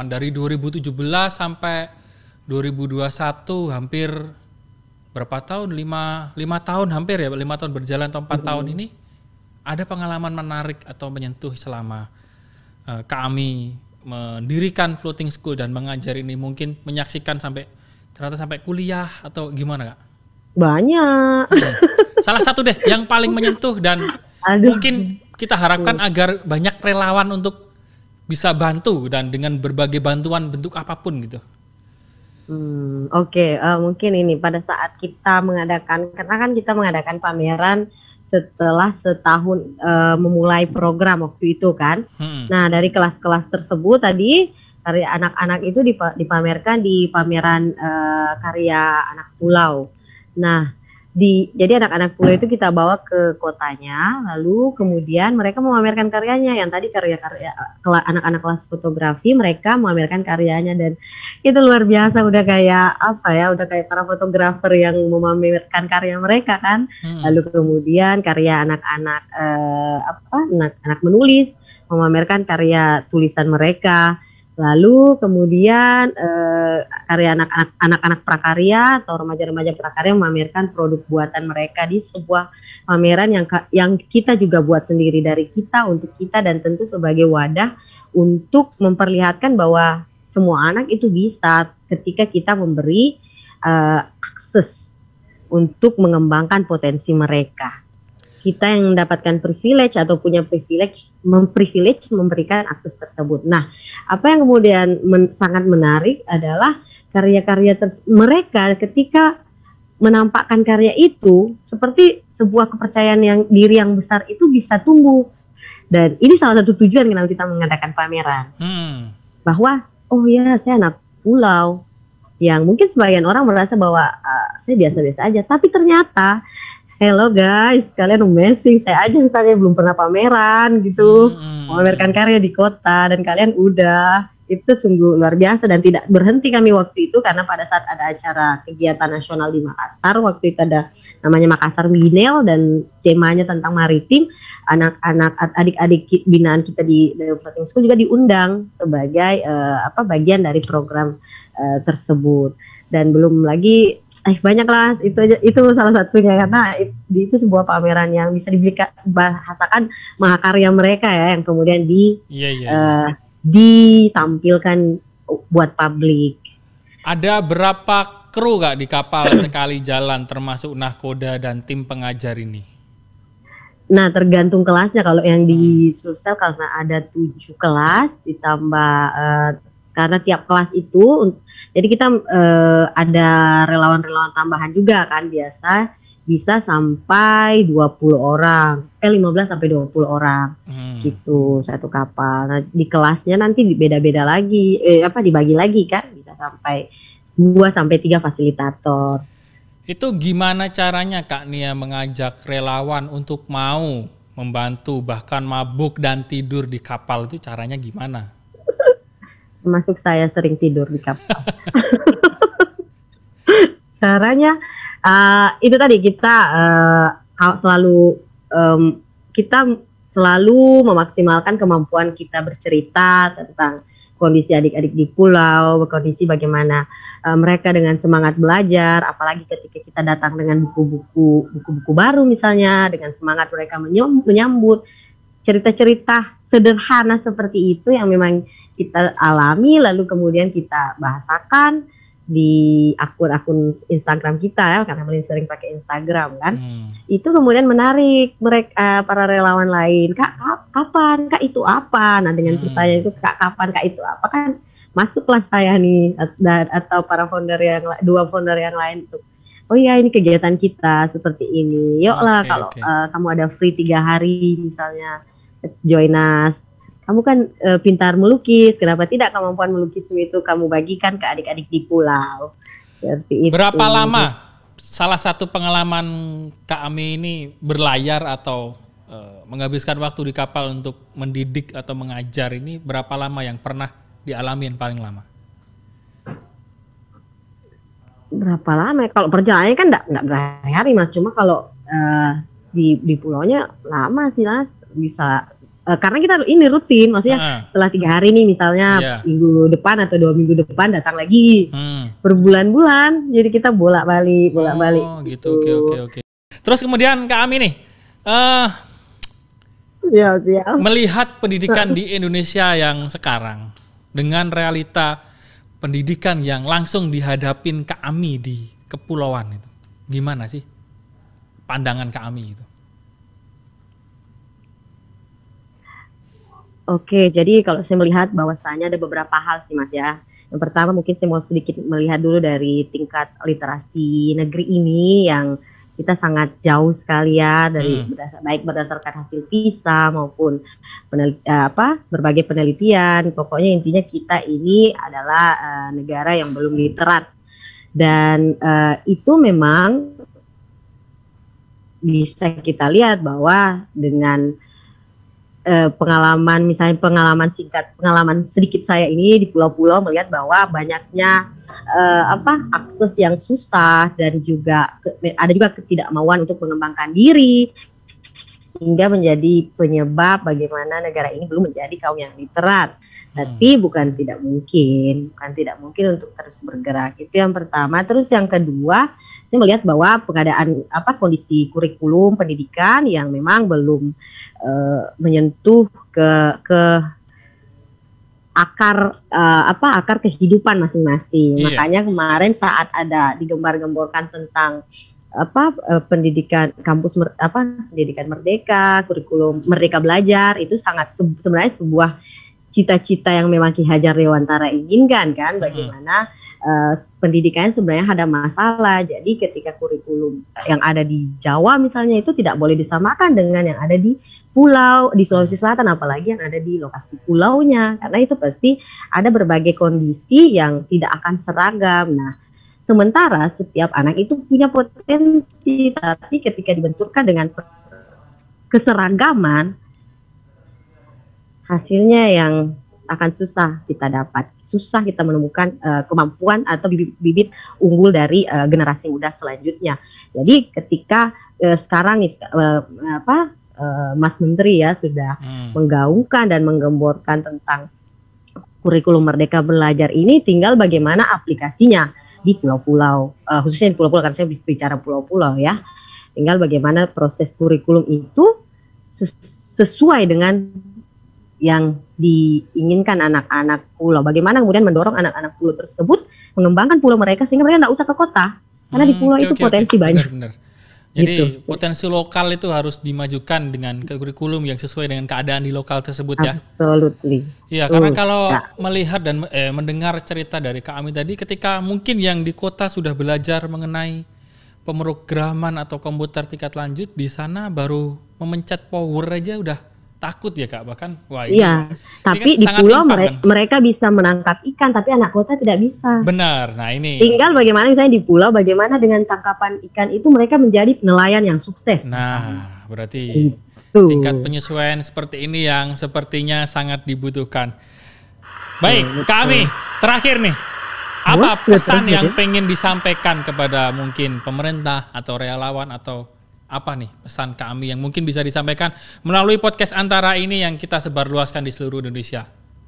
pengalaman dari 2017 sampai 2021 hampir berapa tahun? 5 tahun hampir ya, 5 tahun berjalan atau 4 tahun ini ada pengalaman menarik atau menyentuh selama kami mendirikan floating school dan mengajar ini, mungkin menyaksikan ternyata sampai kuliah atau gimana Kak? Banyak. Salah satu deh yang paling menyentuh dan mungkin kita harapkan agar banyak relawan untuk bisa bantu dan dengan berbagai bantuan bentuk apapun gitu. Oke, mungkin ini pada saat kita mengadakan, karena kan kita mengadakan pameran setelah setahun memulai program waktu itu kan. Nah, dari kelas-kelas tersebut tadi karya anak-anak itu dipamerkan di pameran karya anak pulau. Nah, jadi anak-anak pulau itu kita bawa ke kotanya, lalu kemudian mereka memamerkan karyanya. Yang tadi karya-karya anak-anak kelas fotografi, mereka memamerkan karyanya, dan itu luar biasa. Udah kayak apa ya? Udah kayak para fotografer yang memamerkan karya mereka kan. Lalu kemudian karya anak-anak anak menulis memamerkan karya tulisan mereka. Lalu kemudian karya anak-anak prakarya atau remaja-remaja prakarya memamerkan produk buatan mereka di sebuah pameran yang kita juga buat sendiri dari kita untuk kita, dan tentu sebagai wadah untuk memperlihatkan bahwa semua anak itu bisa ketika kita memberi akses untuk mengembangkan potensi mereka. Kita yang mendapatkan privilege atau punya privilege memberikan akses tersebut. Nah, apa yang kemudian sangat menarik adalah karya-karya mereka ketika menampakkan karya itu seperti sebuah kepercayaan diri yang besar itu bisa tumbuh. Dan ini salah satu tujuan kenapa kita mengadakan pameran. Bahwa oh ya, saya anak pulau yang mungkin sebagian orang merasa bahwa saya biasa-biasa aja, tapi ternyata hello guys, kalian amazing. Saya aja misalnya belum pernah pameran gitu, memamerkan karya di kota, dan kalian udah. Itu sungguh luar biasa, dan tidak berhenti kami waktu itu, karena pada saat ada acara kegiatan nasional di Makassar, waktu itu ada namanya Makassar Binel, dan temanya tentang maritim. Anak-anak adik-adik binaan kita di Floating School juga diundang sebagai bagian dari program tersebut. Dan belum lagi banyaklah, itu salah satunya, karena itu sebuah pameran yang bisa dibahasakan mahakarya mereka ya, yang kemudian ditampilkan buat publik. Ada berapa kru Kak di kapal sekali jalan, termasuk nahkoda dan tim pengajar ini? Nah, tergantung kelasnya. Kalau yang di Sulsel karena ada 7 kelas ditambah karena tiap kelas itu, jadi kita ada relawan-relawan tambahan juga kan, biasa bisa sampai 20 orang, 15 sampai 20 orang gitu satu kapal. Nah, di kelasnya nanti beda-beda lagi, dibagi lagi kan, bisa sampai 2 sampai 3 fasilitator. Itu gimana caranya Kak Nia mengajak relawan untuk mau membantu, bahkan mabuk dan tidur di kapal, itu caranya gimana? Termasuk saya sering tidur di kapal. Caranya itu tadi kita selalu memaksimalkan kemampuan kita bercerita tentang kondisi adik-adik di pulau, kondisi bagaimana mereka dengan semangat belajar, apalagi ketika kita datang dengan buku-buku baru misalnya, dengan semangat mereka menyambut cerita-cerita sederhana seperti itu yang memang kita alami, lalu kemudian kita bahasakan di akun-akun Instagram kita ya, karena paling sering pakai Instagram kan. Itu kemudian menarik mereka, para relawan lain. Kak, kapan? Kak, itu apa? Nah, dengan pertanyaan itu, Kak, kapan? Kak, itu apa? Kan masuklah saya nih, atau para dua founder yang lain tuh. Oh iya, ini kegiatan kita seperti ini. Yuklah, kalau kamu ada free 3 hari misalnya, let's join us. Kamu kan pintar melukis, kenapa tidak kemampuan melukismu itu kamu bagikan ke adik-adik di pulau. Seperti itu. Berapa lama salah satu pengalaman Kak Ami ini berlayar atau menghabiskan waktu di kapal untuk mendidik atau mengajar ini, berapa lama yang pernah dialami yang paling lama? Berapa lama? Kalau perjalanannya kan enggak berhari-hari Mas, cuma kalau di pulaunya lama sih Mas, bisa karena kita ini rutin, maksudnya setelah 3 hari nih misalnya minggu depan atau 2 minggu depan datang lagi berbulan-bulan, jadi kita bolak-balik. Oh gitu, oke. Terus kemudian Kak Ami nih, melihat pendidikan di Indonesia yang sekarang dengan realita pendidikan yang langsung dihadapin Kak Ami di kepulauan itu, gimana sih pandangan Kak Ami itu? Oke, jadi kalau saya melihat bahwasanya ada beberapa hal sih Mas ya. Yang pertama mungkin saya mau sedikit melihat dulu dari tingkat literasi negeri ini yang kita sangat jauh sekali ya dari baik berdasarkan hasil PISA maupun berbagai penelitian. Pokoknya intinya kita ini adalah negara yang belum literat dan itu memang bisa kita lihat bahwa dengan pengalaman sedikit saya ini di pulau-pulau melihat bahwa banyaknya akses yang susah dan juga ada juga ketidakmauan untuk mengembangkan diri hingga menjadi penyebab bagaimana negara ini belum menjadi kaum yang literat. Tapi bukan tidak mungkin untuk terus bergerak. Itu yang pertama. Terus yang kedua, saya melihat bahwa pengadaan kondisi kurikulum pendidikan yang memang belum menyentuh ke akar kehidupan masing-masing. Makanya kemarin saat ada digembar-gemborkan tentang pendidikan pendidikan merdeka, kurikulum Merdeka Belajar, itu sangat sebenarnya sebuah cita-cita yang memang Ki Hajar Dewantara inginkan kan, bagaimana pendidikan sebenarnya ada masalah. Jadi ketika kurikulum yang ada di Jawa misalnya itu tidak boleh disamakan dengan yang ada di pulau, di Sulawesi Selatan, apalagi yang ada di lokasi pulaunya, karena itu pasti ada berbagai kondisi yang tidak akan seragam. Nah, sementara setiap anak itu punya potensi, tapi ketika dibenturkan dengan keseragaman, hasilnya yang akan susah kita dapat, susah kita menemukan kemampuan atau bibit unggul dari generasi muda selanjutnya. Jadi ketika sekarang Mas Menteri ya sudah menggaungkan dan menggemborkan tentang kurikulum Merdeka Belajar ini, tinggal bagaimana aplikasinya di pulau-pulau, khususnya di pulau-pulau karena saya bicara pulau-pulau ya. Tinggal bagaimana proses kurikulum itu sesuai dengan yang diinginkan anak-anak pulau. Bagaimana kemudian mendorong anak-anak pulau tersebut mengembangkan pulau mereka sehingga mereka tidak usah ke kota. Karena di pulau itu potensi banyak. Benar. Jadi potensi lokal itu harus dimajukan dengan kurikulum yang sesuai dengan keadaan di lokal tersebut ya. Absolutely. Iya, karena kalau melihat dan mendengar cerita dari Kak Ami tadi, ketika mungkin yang di kota sudah belajar mengenai pemrograman atau komputer tingkat lanjut, di sana baru memencet power aja udah takut ya Kak, bahkan wah ini, tapi ini kan di pulau mereka bisa menangkap ikan, tapi anak kota tidak bisa. Benar, nah ini tinggal bagaimana misalnya di pulau, bagaimana dengan tangkapan ikan itu mereka menjadi nelayan yang sukses. Nah, berarti tingkat penyesuaian seperti ini yang sepertinya sangat dibutuhkan. Baik, Kak Ami, terakhir nih, apa pesan yang pengen disampaikan kepada mungkin pemerintah atau relawan atau apa nih pesan Kak Ami yang mungkin bisa disampaikan melalui podcast Antara ini yang kita sebarluaskan di seluruh Indonesia?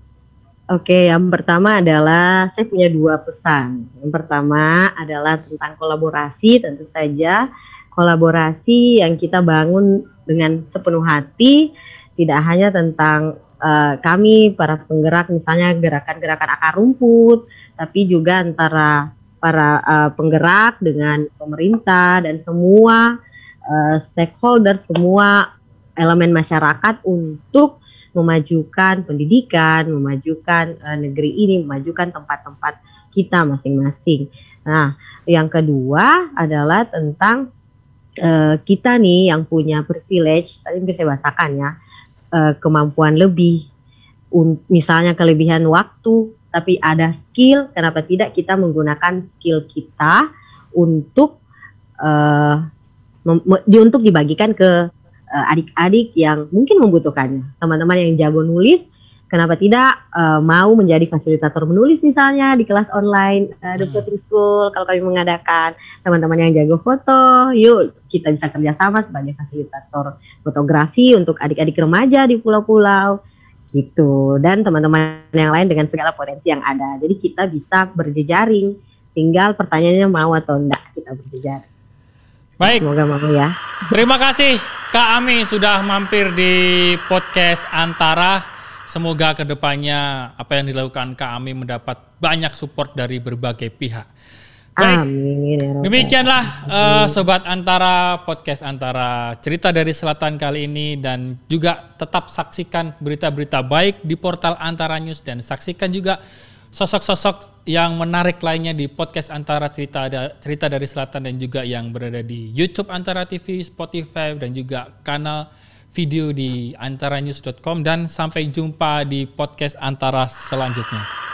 Oke, yang pertama adalah saya punya 2 pesan. Yang pertama adalah tentang kolaborasi, tentu saja kolaborasi yang kita bangun dengan sepenuh hati, tidak hanya tentang kami para penggerak misalnya gerakan-gerakan akar rumput, tapi juga antara para penggerak dengan pemerintah dan semua stakeholder, semua elemen masyarakat untuk memajukan pendidikan, memajukan negeri ini, memajukan tempat-tempat kita masing-masing. Nah, yang kedua adalah tentang kita nih yang punya privilege, tadi bisa saya bahasakan ya, kemampuan lebih, misalnya kelebihan waktu, tapi ada skill, kenapa tidak kita menggunakan skill kita untuk untuk dibagikan ke adik-adik yang mungkin membutuhkannya. Teman-teman yang jago nulis kenapa tidak mau menjadi fasilitator menulis misalnya di kelas online The Floating School. Kalau kami mengadakan, teman-teman yang jago foto, yuk kita bisa kerjasama sebagai fasilitator fotografi untuk adik-adik remaja di pulau-pulau gitu, dan teman-teman yang lain dengan segala potensi yang ada. Jadi kita bisa berjejaring, tinggal pertanyaannya mau atau enggak kita berjejaring. Baik, semoga mau ya. Terima kasih Kak Ami sudah mampir di podcast Antara. Semoga kedepannya apa yang dilakukan Kak Ami mendapat banyak support dari berbagai pihak. Baik, amin. Demikianlah Sobat Antara, podcast Antara Cerita dari Selatan kali ini, dan juga tetap saksikan berita-berita baik di portal Antara News, dan saksikan juga sosok-sosok yang menarik lainnya di podcast Antara Cerita dari Selatan, dan juga yang berada di YouTube Antara TV, Spotify, dan juga kanal video di antaranews.com. Dan sampai jumpa di podcast Antara selanjutnya.